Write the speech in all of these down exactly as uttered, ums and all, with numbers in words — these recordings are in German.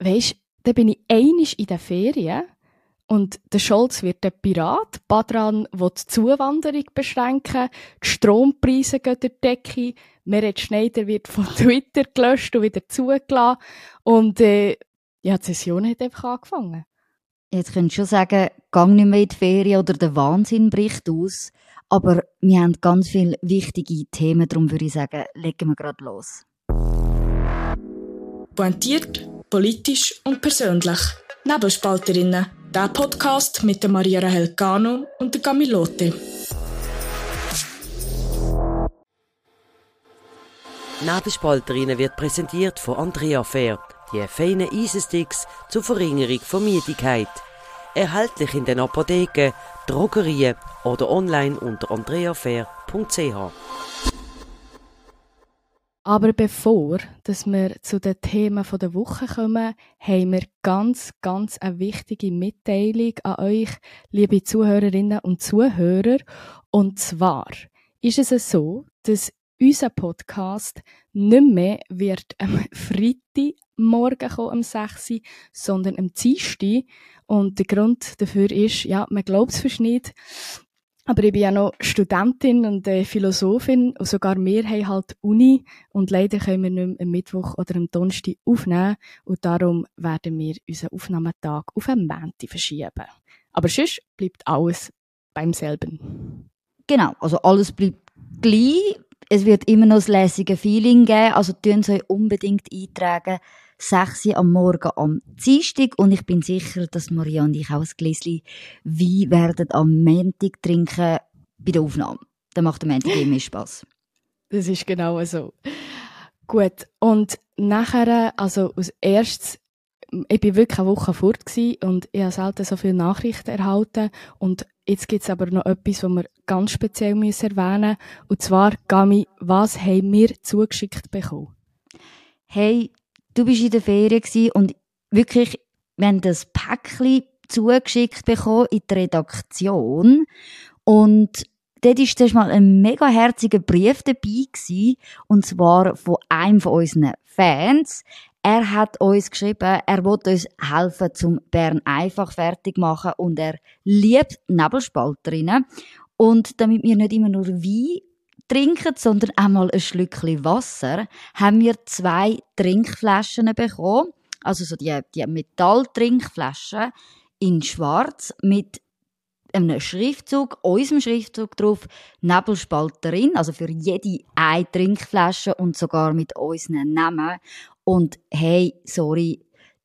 weisst, dann bin ich einmal in den Ferien und der Scholz wird ein Pirat, Badran will die Zuwanderung beschränken, die Strompreise gehen durch die Decke, Meret Schneider wird von Twitter gelöscht und wieder zugelassen und äh, ja, die Session hat einfach angefangen. Jetzt könntest du schon sagen, gang nicht mehr in die Ferien oder der Wahnsinn bricht aus, aber wir haben ganz viele wichtige Themen, darum würde ich sagen, legen wir gerade los. Pointiert, politisch und persönlich. Nebelspalterinnen. Der Podcast mit der Maria Rahel Cano und der Camilote. Nebelspalterinnen wird präsentiert von Andrea Fair, die feinen Eisensticks zur Verringerung von Müdigkeit. Erhältlich in den Apotheken, Drogerien oder online unter andrea fair punkt c h. Aber bevor dass wir zu den Themen der Woche kommen, haben wir ganz, ganz eine wichtige Mitteilung an euch, liebe Zuhörerinnen und Zuhörer. Und zwar ist es so, dass unser Podcast nicht mehr wird am Freitagmorgen kommen, am sechs Uhr, sondern am Dienstag. Und der Grund dafür ist, ja, man glaubt es fast nicht, aber ich bin ja noch Studentin und äh, Philosophin und sogar wir haben halt Uni und leider können wir nicht mehr am Mittwoch oder am Donnerstag aufnehmen und darum werden wir unseren Aufnahmetag auf einen Montag verschieben. Aber sonst bleibt alles beim selben. Genau, also alles bleibt gleich. Es wird immer noch das lässige Feeling geben, also tun Sie euch unbedingt eintragen. sechs Uhr am Morgen am Dienstag und ich bin sicher, dass Maria und ich auch ein Gläschen Wein werden am Montag trinken bei der Aufnahme. Dann macht der Montag immer Spass. Das ist genau so. Gut, und nachher, also als erstes, ich war wirklich eine Woche fort und ich habe selten so viele Nachrichten erhalten und jetzt gibt es aber noch etwas, was wir ganz speziell müssen erwähnen müssen. Und zwar, Gami, was haben wir zugeschickt bekommen? Hey, du warst in der Ferien und wirklich, wir haben das Päckchen zugeschickt bekommen in die Redaktion. Und dort war das mal ein mega herziger Brief dabei gewesen, und zwar von einem von unseren Fans. Er hat uns geschrieben, er will uns helfen, zum Bern einfach fertig machen und er liebt Nebelspalterinnen. Und damit wir nicht immer nur Wein trinken, sondern einmal ein Schlückchen Wasser, haben wir zwei Trinkflaschen bekommen. Also so die, die Metalltrinkflaschen in schwarz mit einem Schriftzug, unserem Schriftzug drauf, Nebelspalterin, also für jede eine Trinkflasche und sogar mit unseren Namen. Und hey, sorry,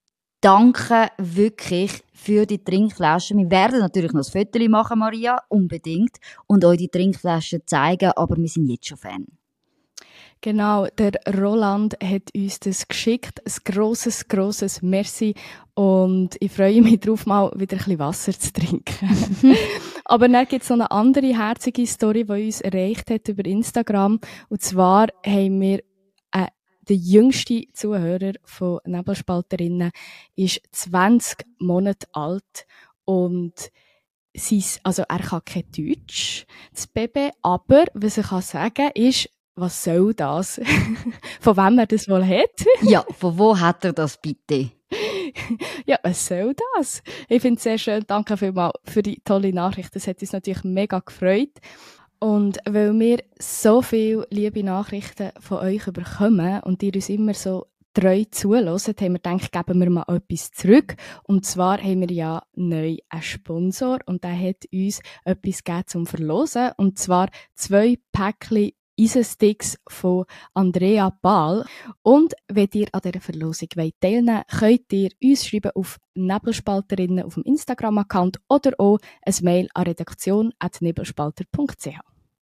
danke wirklich für die Trinkflaschen. Wir werden natürlich noch ein Foto machen, Maria, unbedingt, und euch die Trinkflaschen zeigen, aber wir sind jetzt schon Fan. Genau, der Roland hat uns das geschickt. Ein grosses, grosses Merci. Und ich freue mich darauf, mal wieder ein bisschen Wasser zu trinken. Aber dann gibt es noch eine andere herzige Story, die uns erreicht hat über Instagram. Und zwar haben wir äh, der jüngste Zuhörer von Nebelspalterinnen ist zwanzig Monate alt und sie, also er kann kein Deutsch, das Baby, aber was ich kann sagen ist, was soll das? Von wem er das wohl hat? Ja, von wo hat er das bitte? Ja, was soll das? Ich finde es sehr schön. Danke vielmals für die tolle Nachricht. Das hat uns natürlich mega gefreut. Und weil wir so viele liebe Nachrichten von euch bekommen und ihr uns immer so treu zuhört, haben wir gedacht, geben wir mal etwas zurück. Und zwar haben wir ja neu einen Sponsor und der hat uns etwas gegeben zum Verlosen. Und zwar zwei Päckchen Eisensticks von Andrea Bahl. Und wenn ihr an dieser Verlosung teilnehmen wollt, könnt ihr uns schreiben auf Nebelspalterinnen auf dem Instagram-Account oder auch ein Mail an redaktion at nebelspalter punkt c h.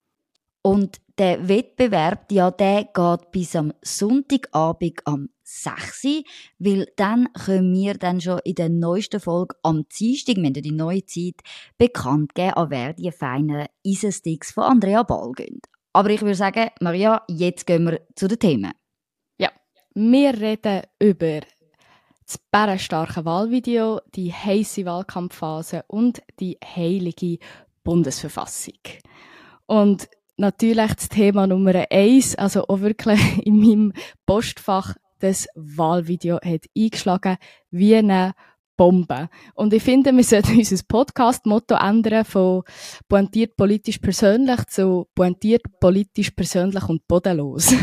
Und der Wettbewerb, ja, der geht bis am Sonntagabend am sechs Uhr, weil dann können wir dann schon in der neuesten Folge am Dienstag, wir haben ja die neue Zeit, bekannt geben, an wer die feinen Eisensticks von Andrea Bahl gehen. Aber ich würde sagen, Maria, jetzt gehen wir zu den Themen. Ja, wir reden über das bärenstarke Wahlvideo, die heisse Wahlkampfphase und die heilige Bundesverfassung. Und natürlich das Thema Nummer eins, also auch wirklich in meinem Postfach das Wahlvideo hat eingeschlagen wie eine Bombe. Und ich finde, wir sollten unser Podcast-Motto ändern von pointiert politisch persönlich zu pointiert politisch persönlich und bodenlos.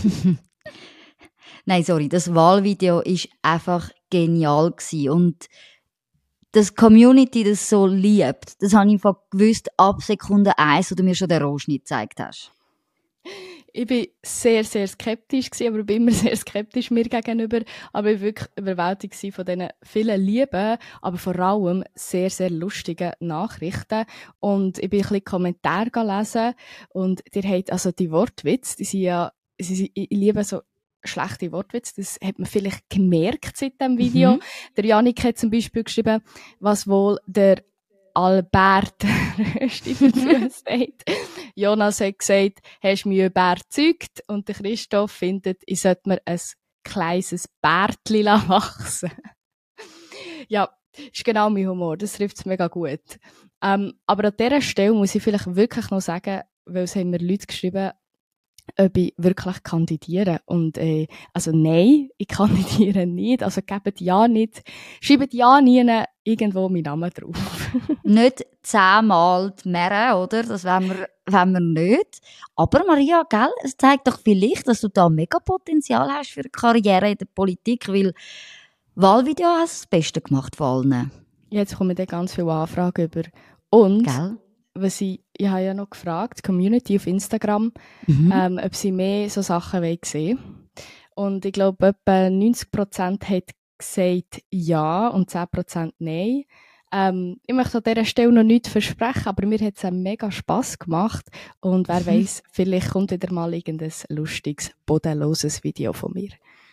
Nein, sorry, das Wahlvideo ist einfach genial gewesen. Und das Community das so liebt, das habe ich einfach gewusst ab Sekunde eins, wo du mir schon den Rohschnitt gezeigt hast. Ich war sehr, sehr skeptisch gewesen, aber ich bin immer sehr skeptisch mir gegenüber. Aber ich war wirklich überwältigt von diesen vielen lieben, aber vor allem sehr, sehr lustigen Nachrichten. Und ich bin ein bisschen Kommentare gelesen und ihr habt also die Wortwitze, die sind ja, sie, ich liebe so schlechte Wortwitze, das hat man vielleicht gemerkt seit dem Video. Mhm. Der Janik hat zum Beispiel geschrieben, was wohl der Albert Stiefel sagt. Jonas hat gesagt, hast du mich überzeugt? Und der Christoph findet, ich sollte mir ein kleines Bärtchen wachsen. Ja, ist genau mein Humor. Das trifft es mega gut. Ähm, aber an dieser Stelle muss ich vielleicht wirklich noch sagen, weil es haben mir Leute geschrieben, ob ich wirklich kandidiere. Und, äh, also nein, ich kandidiere nicht. Also gebt ja nicht, schreibt ja nie irgendwo meinen Namen drauf. Nicht zehnmal die Mere, oder? Das wollen wir, wollen wir nicht. Aber Maria, gell, es zeigt doch vielleicht, dass du da mega Potenzial hast für eine Karriere in der Politik, weil Wahlvideo hast du das Beste gemacht von allen. Jetzt kommen dann ganz viele Anfragen über. Und, gell? Was ich, ich habe ja noch gefragt, die Community auf Instagram, mhm. ähm, ob sie mehr so Sachen sehen wollen. Und ich glaube, etwa neunzig Prozent hat gesagt ja und zehn Prozent nein. Ähm, ich möchte an dieser Stelle noch nichts versprechen, aber mir hat es mega Spass gemacht. Und wer weiss, vielleicht kommt wieder mal irgendein lustiges, bodenloses Video von mir.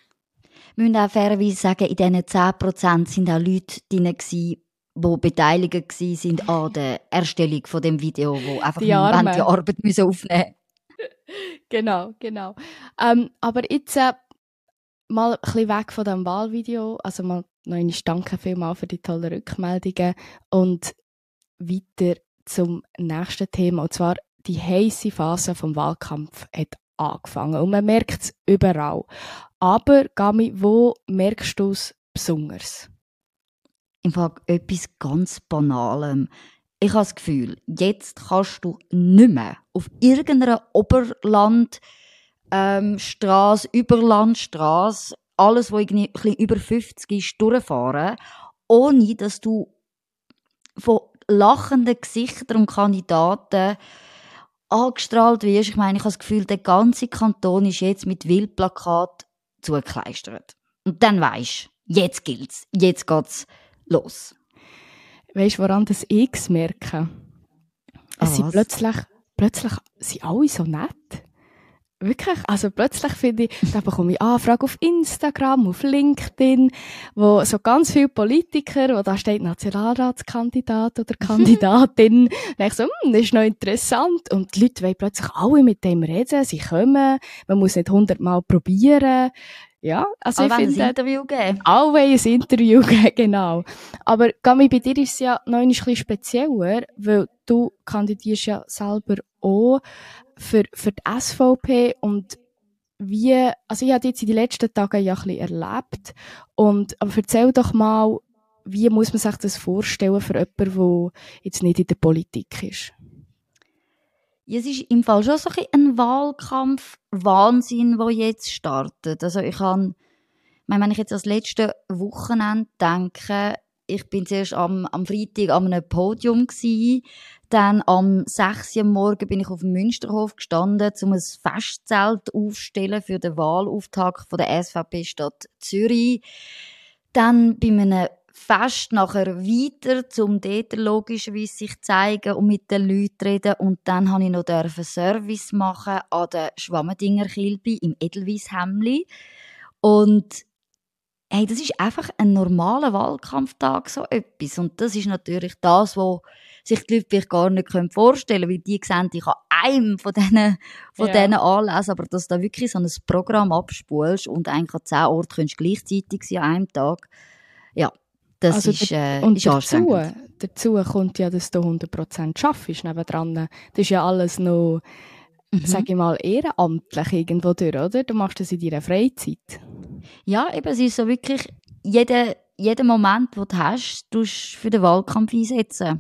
Wir müssen auch fairerweise sagen, in diesen zehn Prozent sind auch Leute drin gewesen, die beteiligt waren an der Erstellung von dem Video, die einfach die, Arme. die Arbeit müssen aufnehmen mussten. Genau, genau. Ähm, aber jetzt äh, mal ein bisschen weg von dem Wahlvideo. Also mal noch einmal danke vielmals für die tollen Rückmeldungen. Und weiter zum nächsten Thema. Und zwar die heisse Phase vom Wahlkampf hat angefangen. Und man merkt es überall. Aber, Gami, wo merkst du es besonders? Im Fall etwas ganz Banalem. Ich habe das Gefühl, jetzt kannst du nicht mehr auf irgendeiner Oberlandstraße, ähm, Überlandstraße, alles, was irgendwie ein bisschen über fünfzig ist, durchfahren, ohne dass du von lachenden Gesichtern und Kandidaten angestrahlt wirst. Ich meine, ich habe das Gefühl, der ganze Kanton ist jetzt mit Wildplakat zugekleistert. Und dann weisst du, jetzt gilt's, jetzt geht's los. Weisst du, woran das ich merke? Es Ah, sind was? plötzlich, plötzlich sind alle so nett. Wirklich. Also plötzlich finde ich, da bekomme ich Anfragen auf Instagram, auf LinkedIn, wo so ganz viele Politiker, wo da steht Nationalratskandidat oder Kandidatin. Dann ich so, hm, das ist noch interessant. Und die Leute wollen plötzlich alle mit dem reden, sie kommen, man muss nicht hundertmal probieren. Ja, also Alle ich wollen finde, ein Interview geben. alle wollen ein Interview geben, genau. Aber Gami, bei dir ist es ja noch ein bisschen spezieller, weil du kandidierst ja selber auch für, für die S V P und wie, also ich habe jetzt in den letzten Tagen ja ein bisschen erlebt und, aber erzähl doch mal, wie muss man sich das vorstellen für jemanden, der jetzt nicht in der Politik ist? Ja, es ist im Fall schon so ein bisschen ein Wahlkampf-Wahnsinn, der jetzt startet. Also ich kann, ich meine, wenn ich jetzt an das letzte Wochenende denke, ich bin zuerst am, am Freitag an einem Podium gsi, dann am sechs Uhr am Morgen bin ich auf dem Münsterhof gestanden, um ein Festzelt aufzustellen für den Wahlauftakt von der S V P Stadt Zürich. Dann bei einem Fest nachher weiter, um dort logischerweise sich zeigen und mit den Leuten reden. Und dann durfte ich noch einen Service machen an der Schwammendinger Kilby im Edelweisshämmli. Und hey, das ist einfach ein normaler Wahlkampftag, so etwas. Und das ist natürlich das, was sich die Leute vielleicht gar nicht vorstellen können, weil die sehen, ich an einem von diesen, von Ja. diesen Anlässen, aber dass du da wirklich so ein Programm abspulst und eigentlich an zehn Orten könntest gleichzeitig sein an einem Tag, ja, das Also ist, äh, Und ist dazu, anstrengend. dazu kommt ja, dass du hundert Prozent arbeitest nebendran. Das ist ja alles noch Mhm. sage ich mal, ehrenamtlich irgendwo durch, oder? Du machst das in deiner Freizeit. Ja, eben, es ist so wirklich, jeden, jeden Moment, den du hast, tust du für den Wahlkampf einsetzen.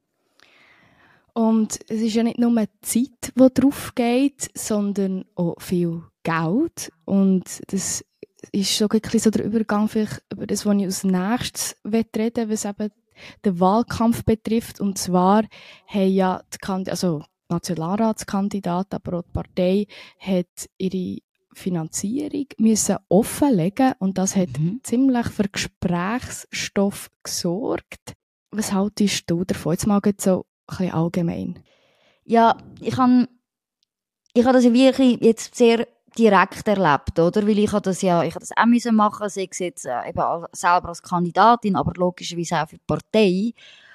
Und es ist ja nicht nur die Zeit, die drauf geht, sondern auch viel Geld. Und das ist so ein bisschen so der Übergang vielleicht über das, was ich als nächstes reden will, was eben den Wahlkampf betrifft. Und zwar haben ja die, Kand- also die Nationalratskandidaten, aber auch die Partei, hat ihre Finanzierung müssen offenlegen und das hat Mhm. ziemlich für Gesprächsstoff gesorgt. Was haltest du davon? Jetzt mal jetzt so ein bisschen allgemein. Ja, ich habe ich habe das ja wirklich jetzt sehr direkt erlebt, oder? Weil ich habe das ja, ich habe das auch müssen machen, sei es jetzt äh, eben al- selber als Kandidatin, aber logischerweise auch für die Partei.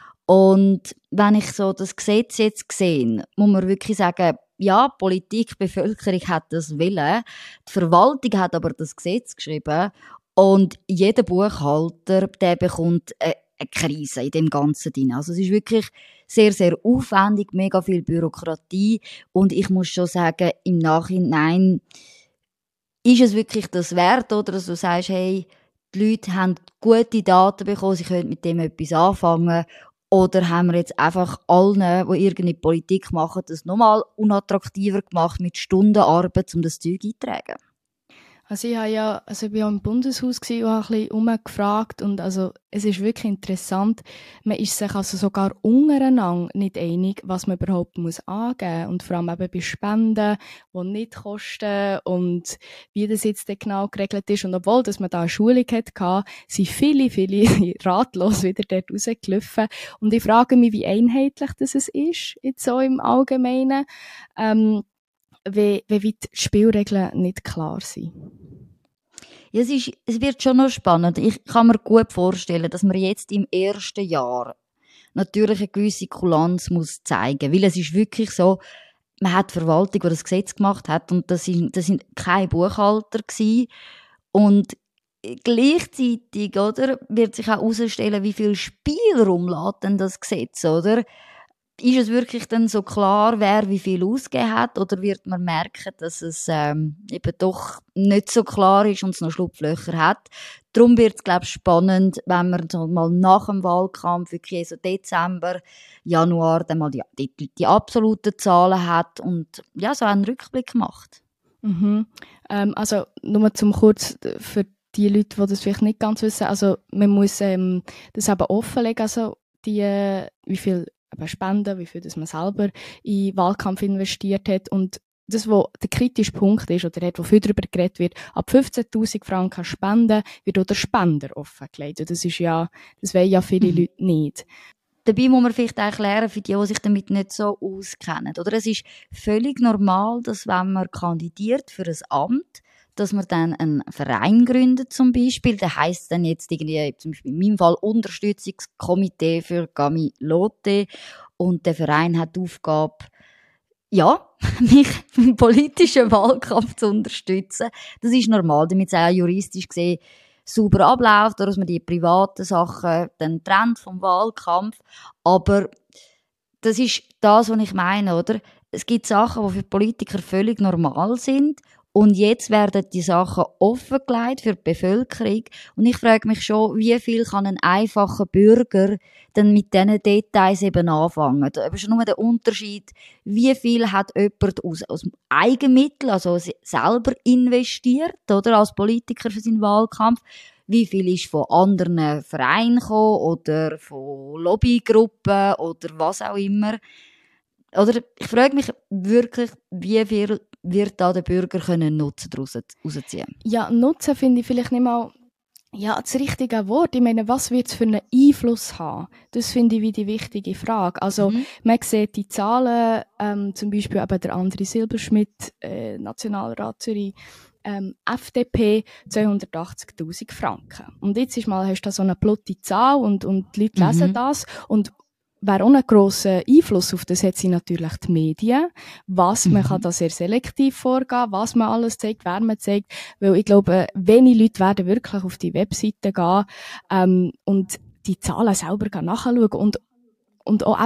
Und wenn ich so das Gesetz jetzt sehe, muss man wirklich sagen, ja, Politik, die Bevölkerung hat das Willen, die Verwaltung hat aber das Gesetz geschrieben und jeder Buchhalter, der bekommt eine, eine Krise in dem Ganzen drin. Also es ist wirklich sehr, sehr aufwendig, mega viel Bürokratie und ich muss schon sagen, im Nachhinein ist es wirklich das wert, oder, dass du sagst, hey, die Leute haben gute Daten bekommen, sie können mit dem etwas anfangen. Oder haben wir jetzt einfach allen, die irgendeine Politik machen, das nochmal unattraktiver gemacht mit Stundenarbeit, um das Zeug einzutragen? Also ich, habe ja, also ich war ja im Bundeshaus und habe ein bisschen umgefragt und also es ist wirklich interessant, man ist sich also sogar untereinander nicht einig, was man überhaupt muss angeben und vor allem eben bei Spenden, die nicht kosten und wie das jetzt genau geregelt ist und obwohl dass man da eine Schulung hatte, sind viele, viele ratlos wieder dort rausgelaufen und ich frage mich, wie einheitlich das ist, jetzt so im Allgemeinen. Ähm, wie, wie weit die Spielregeln nicht klar sind. Ja, es, ist, es wird schon noch spannend. Ich kann mir gut vorstellen, dass man jetzt im ersten Jahr natürlich eine gewisse Kulanz muss zeigen. Weil es ist wirklich so, man hat die Verwaltung, die das Gesetz gemacht hat, und das sind, das sind keine Buchhalter gewesen. Und gleichzeitig, oder, wird sich auch herausstellen, wie viel Spielraum lässt denn das Gesetz, oder? Ist es wirklich dann so klar, wer wie viel ausgegeben hat, oder wird man merken, dass es ähm, eben doch nicht so klar ist und es noch Schlupflöcher hat? Darum wird es, glaube ich, spannend, wenn man so mal nach dem Wahlkampf, wirklich so Dezember, Januar, dann mal die, die, die absoluten Zahlen hat und ja, so einen Rückblick macht. Mhm. Ähm, also nur zum kurz für die Leute, die das vielleicht nicht ganz wissen, also man muss ähm, das eben offenlegen, also die, wie viel Spenden, wie viel das man selber in den Wahlkampf investiert hat. Und das, was der kritische Punkt ist, oder dort, wo viel darüber geredet wird, ab fünfzehntausend Franken Spenden wird auch der Spender offengelegt. Und das ist ja, das wollen ja viele mhm. Leute nicht. Dabei muss man vielleicht erklären, für die, die sich damit nicht so auskennen. Oder es ist völlig normal, dass wenn man kandidiert für ein Amt, dass man dann einen Verein gründet zum Beispiel. Der heisst dann jetzt irgendwie, zum Beispiel in meinem Fall, Unterstützungskomitee für Gamilote. Und der Verein hat die Aufgabe, ja, mich im politischen Wahlkampf zu unterstützen. Das ist normal, damit es auch juristisch gesehen sauber abläuft, oder dass man die privaten Sachen dann trennt vom Wahlkampf. Aber das ist das, was ich meine, oder? Es gibt Sachen, die für Politiker völlig normal sind. Und jetzt werden die Sachen offengelegt für die Bevölkerung. Und ich frage mich schon, wie viel kann ein einfacher Bürger denn mit diesen Details eben anfangen? Da ist nur der Unterschied, wie viel hat jemand aus, aus Eigenmitteln, also selber investiert, oder, als Politiker für seinen Wahlkampf. Wie viel ist von anderen Vereinen gekommen oder von Lobbygruppen oder was auch immer. Oder ich frage mich wirklich, wie viel wird da der Bürger können Nutzen daraus rausziehen? Ja, Nutzen finde ich vielleicht nicht mal ja, das richtige Wort. Ich meine, was wird es für einen Einfluss haben? Das finde ich wie die wichtige Frage. Also, mhm. man sieht die Zahlen, ähm, zum Beispiel eben der André Silberschmidt, äh, Nationalrat Zürich, ähm, F D P, zweihundertachtzigtausend Franken. Und jetzt ist mal, hast du da so eine platte Zahl und, und die Leute lesen mhm. das und wer auch einen grossen Einfluss auf das hat, sind natürlich die Medien. Was, mhm. man kann da sehr selektiv vorgehen, was man alles zeigt, wer man zeigt. Weil ich glaube, wenige Leute werden wirklich auf die Webseite gehen ähm, und die Zahlen selber nachschauen und, und auch eben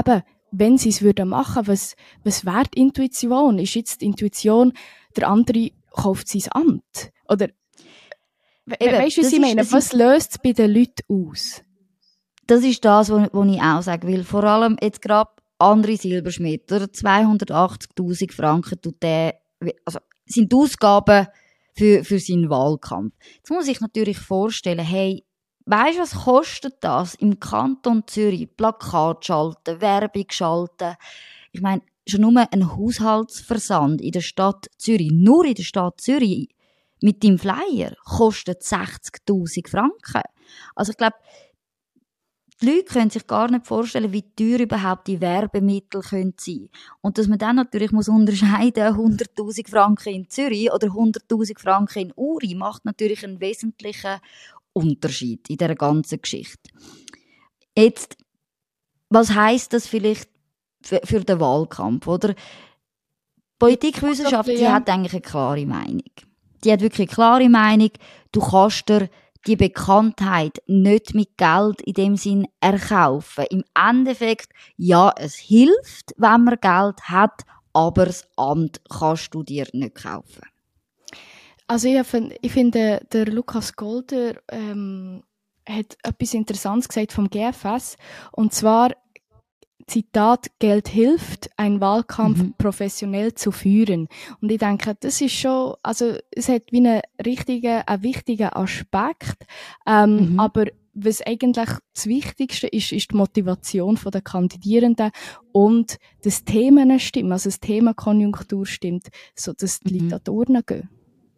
wenn sie es würden machen, was, was wäre die Intuition? Ist jetzt die Intuition, der andere kauft sein Amt? Oder, we- Eben, weißt du, was das ich ist- meine? das Was löst es bei den Leuten aus? Das ist das, was was ich auch sagen will. Vor allem jetzt gerade André Silberschmidt, oder zweihundertachtzigtausend Franken tut der, also sind die Ausgaben für, für seinen Wahlkampf. Jetzt muss ich natürlich vorstellen, hey, weisst du, was kostet das im Kanton Zürich? Plakat schalten, Werbung schalten. Ich meine, schon nur ein Haushaltsversand in der Stadt Zürich, nur in der Stadt Zürich, mit dem Flyer, kostet sechzigtausend Franken. Also ich glaube, die Leute können sich gar nicht vorstellen, wie teuer überhaupt die Werbemittel können sein. Und dass man dann natürlich muss unterscheiden, hunderttausend Franken in Zürich oder hunderttausend Franken in Uri, macht natürlich einen wesentlichen Unterschied in dieser ganzen Geschichte. Jetzt, was heisst das vielleicht für, für den Wahlkampf, oder? Die Politikwissenschaft, die Ja. hat eigentlich eine klare Meinung. Die hat wirklich eine klare Meinung. Du kannst dir die Bekanntheit nicht mit Geld in dem Sinn erkaufen. Im Endeffekt, ja, es hilft, wenn man Geld hat, aber das Amt kannst du dir nicht kaufen. Also ich, find, ich finde, der Lukas Golder ähm, hat etwas Interessantes gesagt vom G F S. Und zwar, Zitat, Geld hilft, einen Wahlkampf Mhm. professionell zu führen. Und ich denke, das ist schon, also es hat wie einen richtigen, einen wichtigen Aspekt. Ähm, Mhm. Aber was eigentlich das Wichtigste ist, ist die Motivation der Kandidierenden und das Themen stimmen, also das Themenkonjunktur stimmt, sodass die Mhm. Leute an die Urne gehen.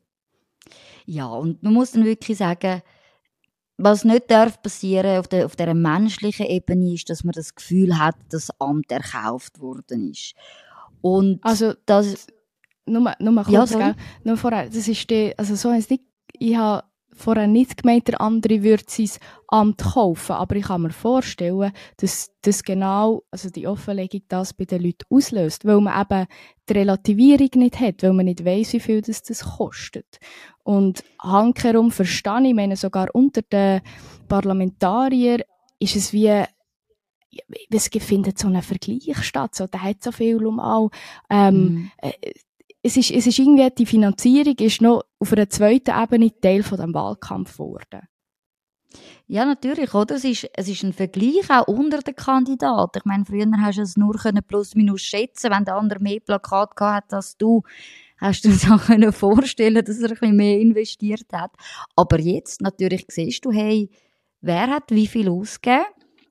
Ja, und man muss dann wirklich sagen, was nicht darf passieren auf der, auf dieser menschlichen Ebene ist, dass man das Gefühl hat, dass das Amt erkauft worden ist. Und Also, das, Nur, nur kurz, Ja, sorry. gell? Nur vorher, das ist die, also so heisst nicht, ich habe vorher nicht gemeint, der andere würde sein Amt kaufen, aber ich kann mir vorstellen, dass das genau, also die Offenlegung das bei den Leuten auslöst, weil man eben die Relativierung nicht hat, weil man nicht weiss, wie viel das, das kostet. Und handkehrum verstehe ich, ich meine, sogar unter den Parlamentariern ist es wie, ja, es findet so ein Vergleich statt, so, der hat so viel um all, ähm, Mhm. äh, es ist, es ist irgendwie, die Finanzierung ist noch auf einer zweiten Ebene Teil von dem Wahlkampf geworden. Ja, natürlich, oder? Es ist, es ist ein Vergleich auch unter den Kandidaten. Ich meine, früher hast du es nur können plus minus schätzen, wenn der andere mehr Plakat gehabt hat als du, hast du dir auch können vorstellen, dass er ein bisschen mehr investiert hat. Aber jetzt, natürlich, siehst du, hey, wer hat wie viel ausgegeben?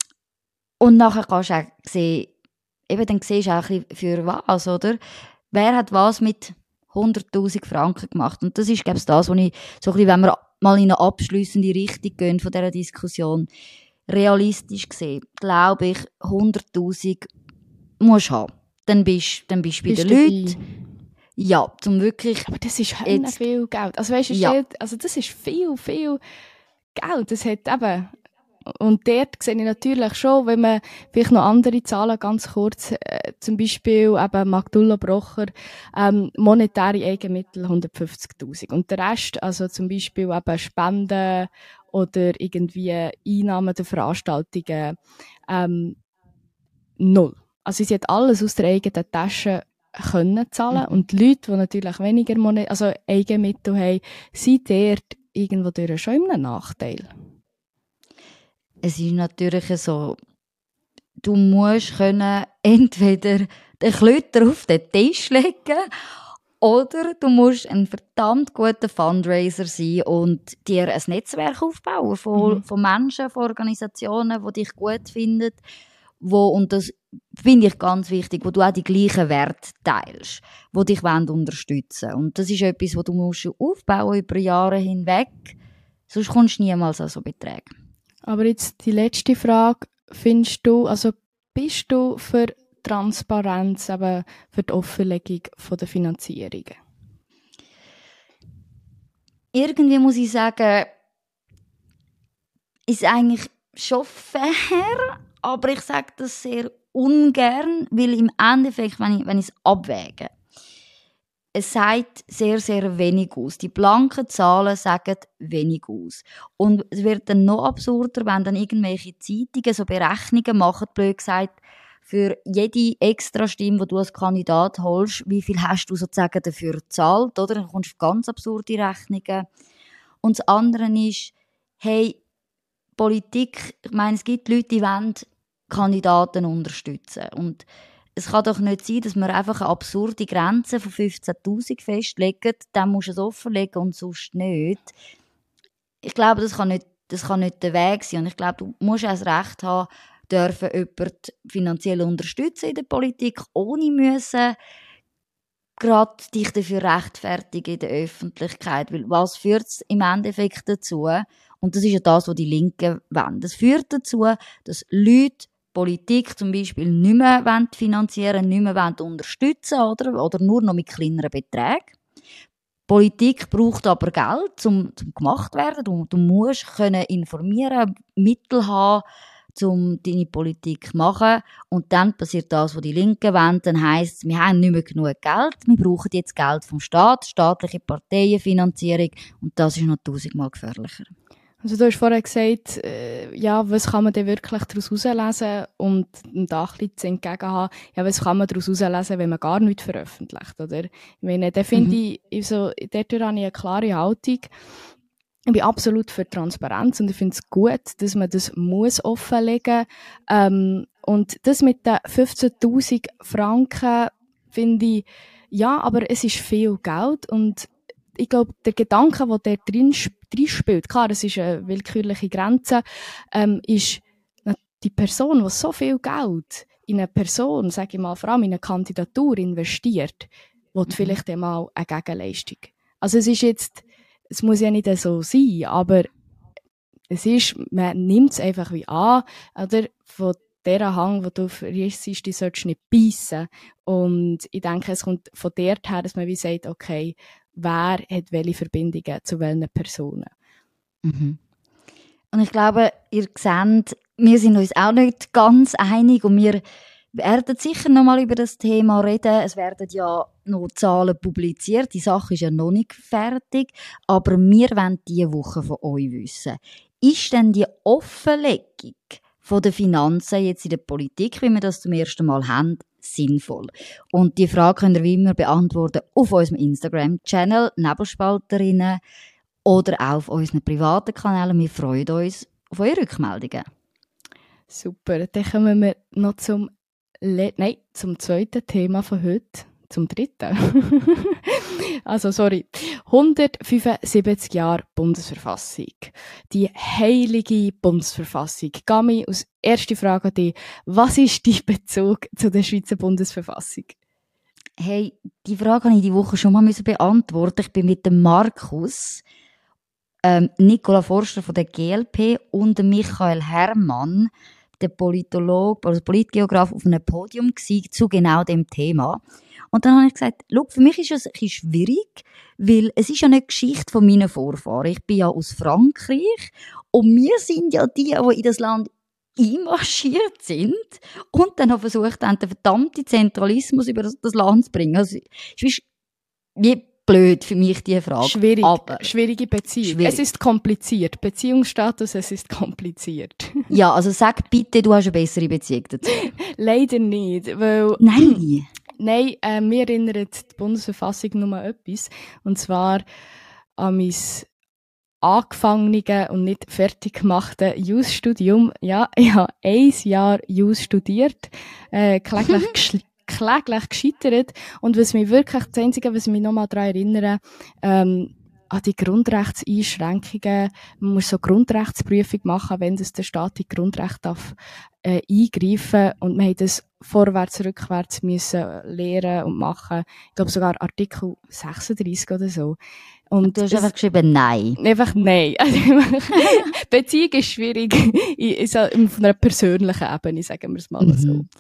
Und nachher kannst du auch sehen, eben dann siehst du auch ein bisschen für was, oder? Wer hat was mit hunderttausend Franken gemacht? Und das ist, glaube ich, das, was ich, so ein bisschen, wenn wir mal in eine abschliessende Richtung gehen von dieser Diskussion, realistisch gesehen, glaube ich, hunderttausend musst du haben. Dann bist, dann bist du bei Bist den dabei. Leuten. Ja, zum wirklich, Aber das ist Jetzt- viel Geld. Also weißt du, Ja. ja. also das ist viel, viel Geld. Das hat eben, und dort sehe ich natürlich schon, wenn man vielleicht noch andere Zahlen ganz kurz, äh, zum Beispiel eben Magdula Brocher, ähm, monetäre Eigenmittel hundertfünfzigtausend. Und der Rest, also zum Beispiel eben Spenden oder irgendwie Einnahmen der Veranstaltungen, ähm, null. Also sie hat alles aus der eigenen Tasche können zahlen. Mhm. Und die Leute, die natürlich weniger Monet, also Eigenmittel haben, sind dort irgendwo durch schon in einem Nachteil. es ist natürlich so, du musst können entweder den Klötter auf den Tisch legen oder du musst ein verdammt guter Fundraiser sein und dir ein Netzwerk aufbauen von, Mhm. von Menschen, von Organisationen, die dich gut finden, wo, und das finde ich ganz wichtig, wo du auch die gleichen Werte teilst, die dich wollen unterstützen. Und das ist etwas, was du musst aufbauen über Jahre hinweg, sonst kommst du niemals an so Beträge. Aber jetzt die letzte Frage, findest du, also bist du für Transparenz, eben für die Offenlegung von der Finanzierungen? Irgendwie muss ich sagen, ist eigentlich schon fair, aber ich sage das sehr ungern, weil im Endeffekt, wenn ich, wenn ich es abwäge, es sagt sehr, sehr wenig aus. Die blanken Zahlen sagen wenig aus. Und es wird dann noch absurder, wenn dann irgendwelche Zeitungen so Berechnungen machen, blöd gesagt, für jede extra Stimme, die du als Kandidat holst, wie viel hast du sozusagen dafür gezahlt, oder? Dann kommst du auf ganz absurde Rechnungen. Und das andere ist, hey, Politik, ich meine, es gibt Leute, die wollen Kandidaten unterstützen. Und es kann doch nicht sein, dass wir einfach eine absurde Grenze von fünfzehntausend festlegen, dann musst du es offenlegen und sonst nicht. Ich glaube, das kann nicht, das kann nicht der Weg sein. Und ich glaube, du musst auch das Recht haben, dürfen jemanden finanziell unterstützen in der Politik, ohne müssen gerade dich dafür rechtfertigen in der Öffentlichkeit. Weil was führt es im Endeffekt dazu? Und das ist ja das, was die Linken wollen. Das führt dazu, dass Leute Politik zum Beispiel nicht mehr finanzieren wollen, nicht mehr unterstützen wollen, oder, oder nur noch mit kleineren Beträgen. Politik braucht aber Geld, um, um gemacht zu werden. Du, du musst können informieren, Mittel haben, um deine Politik zu machen. Und dann passiert das, was die Linken wollen. Dann heisst es, wir haben nicht mehr genug Geld, wir brauchen jetzt Geld vom Staat, staatliche Parteienfinanzierung. Und das ist noch tausendmal gefährlicher. Also du hast vorher gesagt, äh, ja, was kann man denn wirklich daraus herauslesen und da ein bisschen entgegen haben, ja, was kann man daraus herauslesen, wenn man gar nichts veröffentlicht, oder? Ich meine, da finde mhm. ich, also, dort habe ich eine klare Haltung. Ich bin absolut für Transparenz und ich finde es gut, dass man das muss offenlegen. Ähm, und das mit den fünfzehntausend Franken finde ich, ja, aber es ist viel Geld und ich glaube, der Gedanke, der da drin, drin spielt, klar, es ist eine willkürliche Grenze, ähm, ist die Person, die so viel Geld in eine Person, sage ich mal, vor allem in eine Kandidatur investiert, will mhm. vielleicht einmal eine Gegenleistung. Also es ist jetzt, es muss ja nicht so sein, aber es ist, man nimmt es einfach wie an, oder? Von dieser Hang, wo du frisch siehst, die solltest du nicht beißen. Und ich denke, es kommt von dort her, dass man wie sagt, okay, wer hat welche Verbindungen zu welchen Personen. Mhm. Und ich glaube, ihr seht, wir sind uns auch nicht ganz einig und wir werden sicher noch mal über das Thema reden. Es werden ja noch Zahlen publiziert, die Sache ist ja noch nicht fertig, aber wir wollen diese Woche von euch wissen. Ist denn die Offenlegung von den Finanzen jetzt in der Politik, wie wir das zum ersten Mal haben, sinnvoll? Und die Frage könnt ihr wie immer beantworten auf unserem Instagram-Channel Nebelspalterinnen oder auch auf unseren privaten Kanälen. Wir freuen uns auf eure Rückmeldungen. Super, dann kommen wir noch zum, Le- Nein, zum zweiten Thema von heute. Zum dritten. Also, sorry. hundertfünfundsiebzig Jahre Bundesverfassung. Die heilige Bundesverfassung. Gami, als erste Frage an dich. Was ist dein Bezug zu der Schweizer Bundesverfassung? Hey, die Frage habe ich die Woche schon mal beantworten. Ich bin mit dem Markus, ähm, Nicola Forster von der G L P und Michael Herrmann, der Politologe, also Politgeograf, auf einem Podium gewesen, zu genau dem Thema. Und dann habe ich gesagt, schau, für mich ist es ein bisschen schwierig, weil es ist ja nicht die Geschichte von meinen Vorfahren. Ich bin ja aus Frankreich und wir sind ja die, die in das Land einmarschiert sind und dann haben versucht haben, den verdammten Zentralismus über das, das Land zu bringen. Also, es ist wie blöd für mich, diese Frage. Schwierig, aber schwierige Beziehung. Schwierig. Es ist kompliziert. Beziehungsstatus, es ist kompliziert. Ja, also sag bitte, du hast eine bessere Beziehung dazu. Leider nicht, weil... Nein. Nein, äh, mir erinnert die Bundesverfassung nur an etwas. Und zwar an mein angefangenen und nicht fertig gemachte Jus-Studium. Ja, ich habe ein Jahr Jus studiert, äh, kläglich, gesch- kläglich gescheitert. Und was mich wirklich, das Einzige, was mich nochmal daran erinnert, ähm, an die Grundrechtseinschränkungen. Man muss so Grundrechtsprüfung machen, wenn das der Staat in die Grundrechte darf, äh, eingreifen. Und wir haben das vorwärts, rückwärts müssen lernen und machen. Ich glaube sogar Artikel sechsunddreissig oder so. Und du hast einfach geschrieben Nein. Einfach Nein. Beziehung ist schwierig, so auf einer persönlichen Ebene, sagen wir es mal so. Mhm.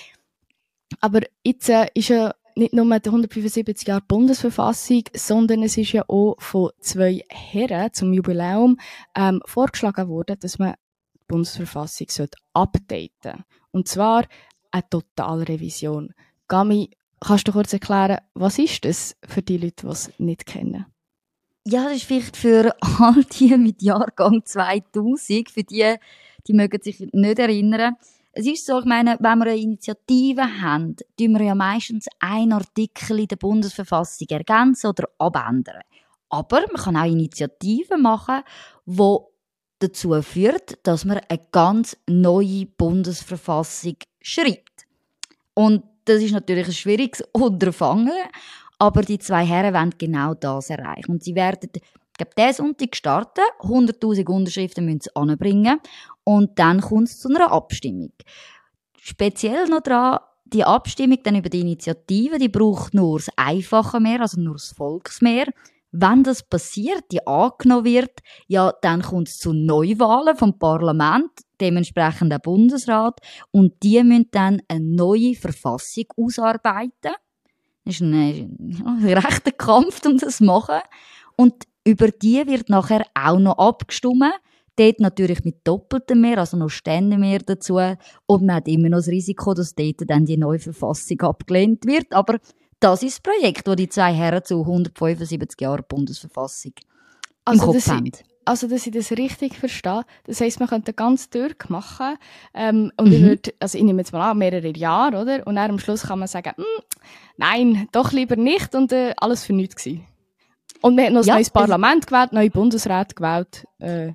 Aber jetzt äh, ist ja nicht nur die hundertfünfundsiebzig Jahre Bundesverfassung, sondern es ist ja auch von zwei Herren zum Jubiläum ähm, vorgeschlagen worden, dass man die Bundesverfassung updaten sollte. Und zwar eine Totalrevision. Gami, kannst du kurz erklären, was ist das für die Leute, die es nicht kennen? Ja, das ist vielleicht für all die mit Jahrgang zweitausend, für die, die mögen sich nicht erinnern. es ist so, ich meine, wenn wir eine Initiative haben, tun wir ja meistens einen Artikel in der Bundesverfassung ergänzen oder abändern. Aber man kann auch Initiativen machen, die dazu führt, dass man eine ganz neue Bundesverfassung schreibt. Und das ist natürlich ein schwieriges Unterfangen, aber die zwei Herren wollen genau das erreichen. Und sie werden, ich glaube, diesen Sonntag starten, hunderttausend Unterschriften müssen sie anbringen und dann kommt es zu einer Abstimmung. Speziell noch daran, die Abstimmung dann über die Initiative, die braucht nur das einfache Mehr, also nur das Volksmehr. Wenn das passiert, die angenommen wird, ja, dann kommt es zu Neuwahlen vom Parlament, dementsprechend der Bundesrat, und die müssen dann eine neue Verfassung ausarbeiten. Das ist ein, ein rechter Kampf, um das zu machen. Und über die wird nachher auch noch abgestimmt. Dort natürlich mit doppeltem Mehr, also noch Ständemehr dazu. Und man hat immer noch das Risiko, dass dort dann die neue Verfassung abgelehnt wird. Aber das ist das Projekt, das die zwei Herren zu hundertfünfundsiebzig Jahren Bundesverfassung also im Kopf das haben. Ich, also, dass ich das richtig verstehe, das heisst, man könnte ganz Türk machen, ähm, und mhm. ich würde, also ich nehme jetzt mal an, mehrere Jahre, oder? Und dann am Schluss kann man sagen, nein, doch lieber nicht, und äh, alles für nichts gewesen. Und wir haben noch ein ja, neues Parlament gewählt, neue Bundesrat gewählt. Äh,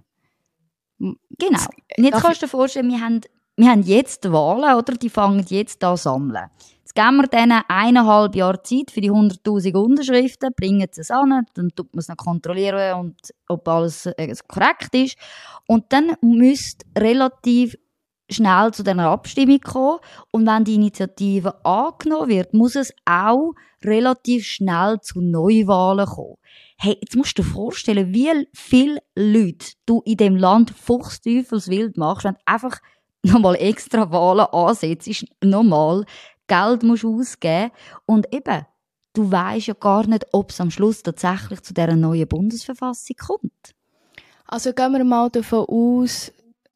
genau. Und jetzt kannst du dir vorstellen, wir haben, wir haben jetzt Wahlen, oder? Die fangen jetzt an zu sammeln. Jetzt geben wir denen eineinhalb Jahre Zeit für die hunderttausend Unterschriften, bringen sie es an, dann tut man es noch kontrollieren, und ob alles äh, korrekt ist. Und dann müsste relativ schnell zu dieser Abstimmung kommen. Und wenn die Initiative angenommen wird, muss es auch relativ schnell zu Neuwahlen kommen. Hey, jetzt musst du dir vorstellen, wie viele Leute du in diesem Land fuchsteufelswild machst, wenn du einfach nochmal extra Wahlen ansetzt, nochmal Geld musst ausgeben. Und eben, du weisst ja gar nicht, ob es am Schluss tatsächlich zu dieser neuen Bundesverfassung kommt. Also gehen wir mal davon aus,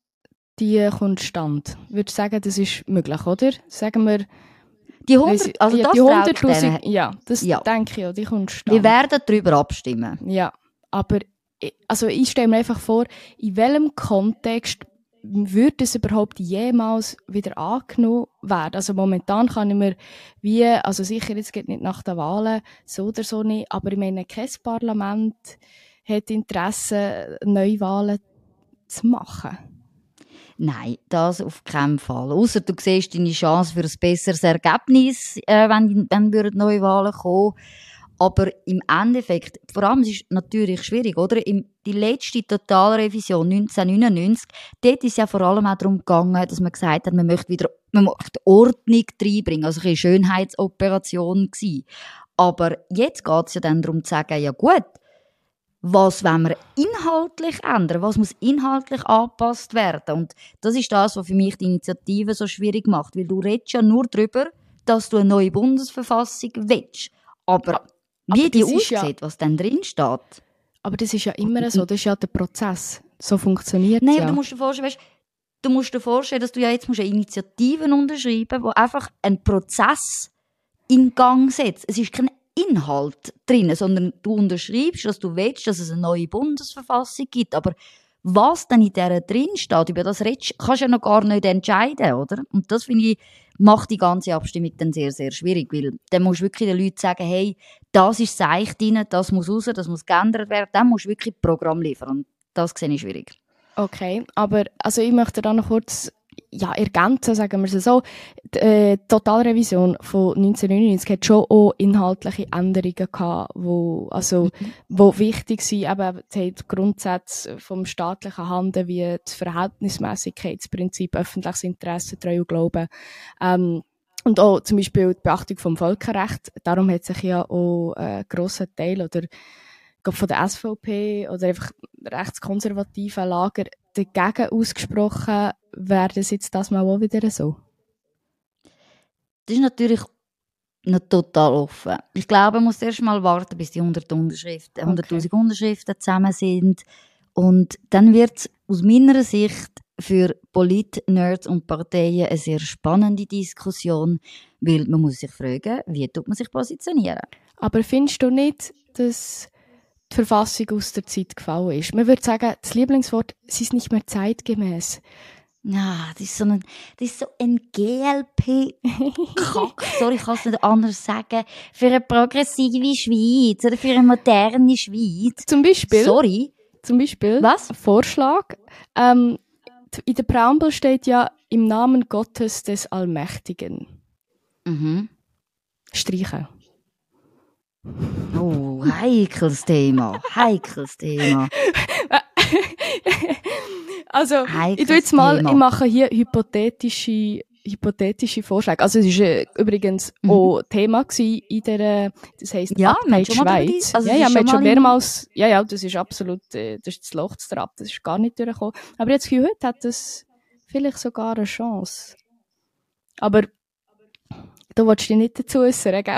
die kommt stand. Würdest du sagen, das ist möglich, oder? Sagen wir, die hundert, also ja, das die hunderttausend, ja, das ja. denke ich ja, die kommt stand. Wir werden darüber abstimmen. Ja, aber also ich stelle mir einfach vor, in welchem Kontext würde es überhaupt jemals wieder angenommen werden? Also momentan kann ich mir wie, also sicher, jetzt geht nicht nach den Wahlen, so oder so nicht, aber ich meine, kein Parlament hat Interesse, Neuwahlen zu machen. Nein, das auf keinen Fall. Ausser du siehst deine Chance für ein besseres Ergebnis, äh, wenn, wenn würden Neuwahlen kommen. Aber im Endeffekt, vor allem, es ist natürlich schwierig, oder? Im, die letzte Totalrevision neunzehnhundertneunundneunzig, dort ist es ja vor allem auch darum gegangen, dass man gesagt hat, man möchte wieder, man möchte Ordnung reinbringen, also eine Schönheitsoperation gewesen. Aber jetzt geht es ja dann darum zu sagen, ja gut, was wollen wir inhaltlich ändern? Was muss inhaltlich angepasst werden? Und das ist das, was für mich die Initiative so schwierig macht, weil du redest ja nur darüber, dass du eine neue Bundesverfassung willst. Aber Aber wie die aussieht, ja, was dann drin steht. Aber das ist ja immer so, das ist ja der Prozess. So funktioniert es Nein, ja. aber du musst dir vorstellen, weißt, du musst dir vorstellen, dass du ja jetzt eine Initiative unterschreiben musst, die einfach einen Prozess in Gang setzt. Es ist kein Inhalt drin, sondern du unterschreibst, dass du willst, dass es eine neue Bundesverfassung gibt. Aber was dann in dieser drin steht, über das redest, kannst du ja noch gar nicht entscheiden, oder? Und das, finde ich, macht die ganze Abstimmung dann sehr, sehr schwierig, weil dann musst du wirklich den Leuten sagen, hey, das ist seicht drin, das muss raus, das muss geändert werden, dann musst du wirklich ein Programm liefern. Und das sehe ich schwierig. Okay, aber also ich möchte da noch kurz ja, ergänzen, sagen wir es so. Die äh, Totalrevision von neunzehnhundertneunundneunzig hat schon auch inhaltliche Änderungen gehabt, wo, also, mhm. wo wichtig sind. Eben, die Grundsätze vom staatlichen Handeln wie das Verhältnismäßigkeitsprinzip, öffentliches Interesse, Treu und Glauben. Ähm, und auch zum Beispiel die Beachtung vom Völkerrecht. Darum hat sich ja auch ein grosser Teil oder von der S V P oder einfach rechtskonservativen Lager dagegen ausgesprochen. Wäre das jetzt das mal auch wieder so? Das ist natürlich noch total offen. Ich glaube, man muss erst mal warten, bis die hundert Unterschriften, okay. hunderttausend Unterschriften zusammen sind. Und dann wird es aus meiner Sicht für Polit-Nerds und Parteien eine sehr spannende Diskussion, weil man muss sich fragen, wie tut man sich positionieren. Aber findest du nicht, dass die Verfassung aus der Zeit gefallen ist? Man würde sagen, das Lieblingswort, sie ist nicht mehr zeitgemäß. Ja, das ist so ein, das ist so ein G L P-Kack, sorry, ich kann es nicht anders sagen, für eine progressive Schweiz oder für eine moderne Schweiz. Zum Beispiel? Sorry. Zum Beispiel? Was? Vorschlag. Ähm, in der Präambel steht ja im Namen Gottes des Allmächtigen. Mhm. Streichen. Oh, heikles Thema, heikles Thema. Also, Heikles ich tue jetzt mal, Thema. ich mache hier hypothetische, hypothetische Vorschläge. Also, es war äh, übrigens Mhm. auch Thema gewesen in der, das heisst, Ja, wir haben Update schon mal über Schweiz. die- also ja, es ja, ist wir schon haben schon mal im- mehrmals, ja, ja, das ist absolut, äh, das ist das Loch zu Trab, das ist gar nicht durchgekommen. Aber jetzt für heute hat das vielleicht sogar eine Chance. Aber, da willst du dich nicht dazu äußern, gell?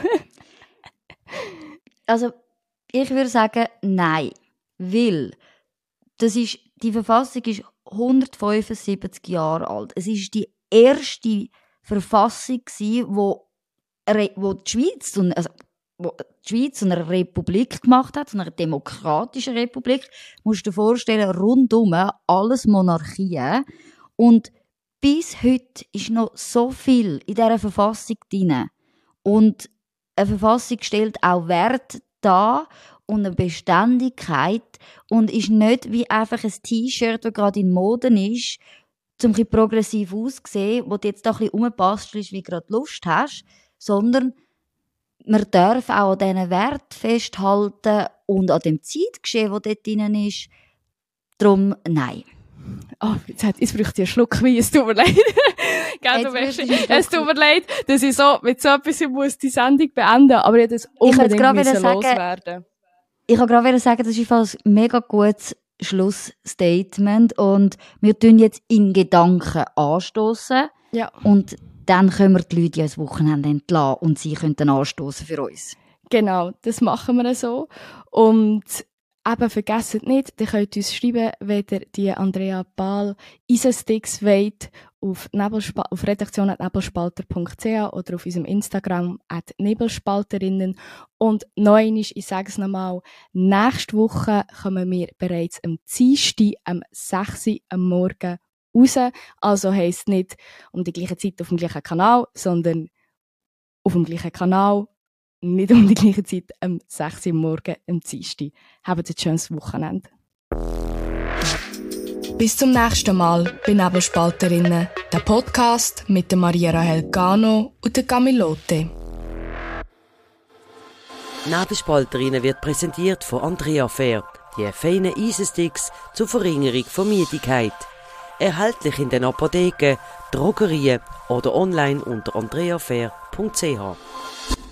Also, ich würde sagen, nein. Weil, das ist, die Verfassung ist hundertfünfundsiebzig Jahre alt. Es ist die erste Verfassung gsi, wo, Re- wo die Schweiz, so ein- also, wo die Schweiz so eine Republik gemacht hat, so eine demokratische Republik. Du musst dir vorstellen, rundum alles Monarchien. Und bis heute ist noch so viel in dieser Verfassung drin. Und eine Verfassung stellt auch Wert dar und eine Beständigkeit und ist nicht wie einfach ein T-Shirt, das gerade in Mode ist, zum ein bisschen progressiv auszusehen, wo du jetzt da ein bisschen rumbastelst, wie du gerade Lust hast, sondern man darf auch an diesen Wert festhalten und an dem Zeitgeschehen, das dort drin ist. Darum nein. Oh, jetzt, hat, jetzt bräuchte ich einen Schluck Wein, es tut mir leid. Gell, du Jetzt merkst, bräuchte ich einen Schluck es tut mir leid, dass ich so, mit so etwas ich muss die Sendung beenden, aber ich hätte es Ich wollte unbedingt gerade müssen sagen, loswerden. Ich wollte gerade sagen, das ist ein mega gutes Schlussstatement und wir tun jetzt in Gedanken anstoßen Ja. und dann können wir die Leute ja ins Wochenende entlassen und sie können dann anstoßen für uns. Genau, das machen wir so. Und eben vergesst nicht, ihr könnt uns schreiben, wenn ihr die Andrea Bahl Eisensticks wollt, auf, Nebelspa- auf redaktion at nebelspalter punkt c h oder auf unserem Instagram at nebelspalterinnen. Und noch einmal, ich sage es nochmal, nächste Woche kommen wir bereits am Dienstag, am sechs Uhr am Morgen raus. Also heisst nicht um die gleiche Zeit auf dem gleichen Kanal, sondern auf dem gleichen Kanal, nicht um die gleiche Zeit am sechs Uhr morgen am Dienstag. Habt ein schönes Wochenende. Bis zum nächsten Mal bei Nebelspalterinnen, der Podcast mit der Maria Rahel Gano und der Camilote. Nebelspalterinnen wird präsentiert von Andrea Fair, die feinen Eisensticks zur Verringerung von Müdigkeit. Erhältlich in den Apotheken, Drogerien oder online unter andrea fair punkt c h.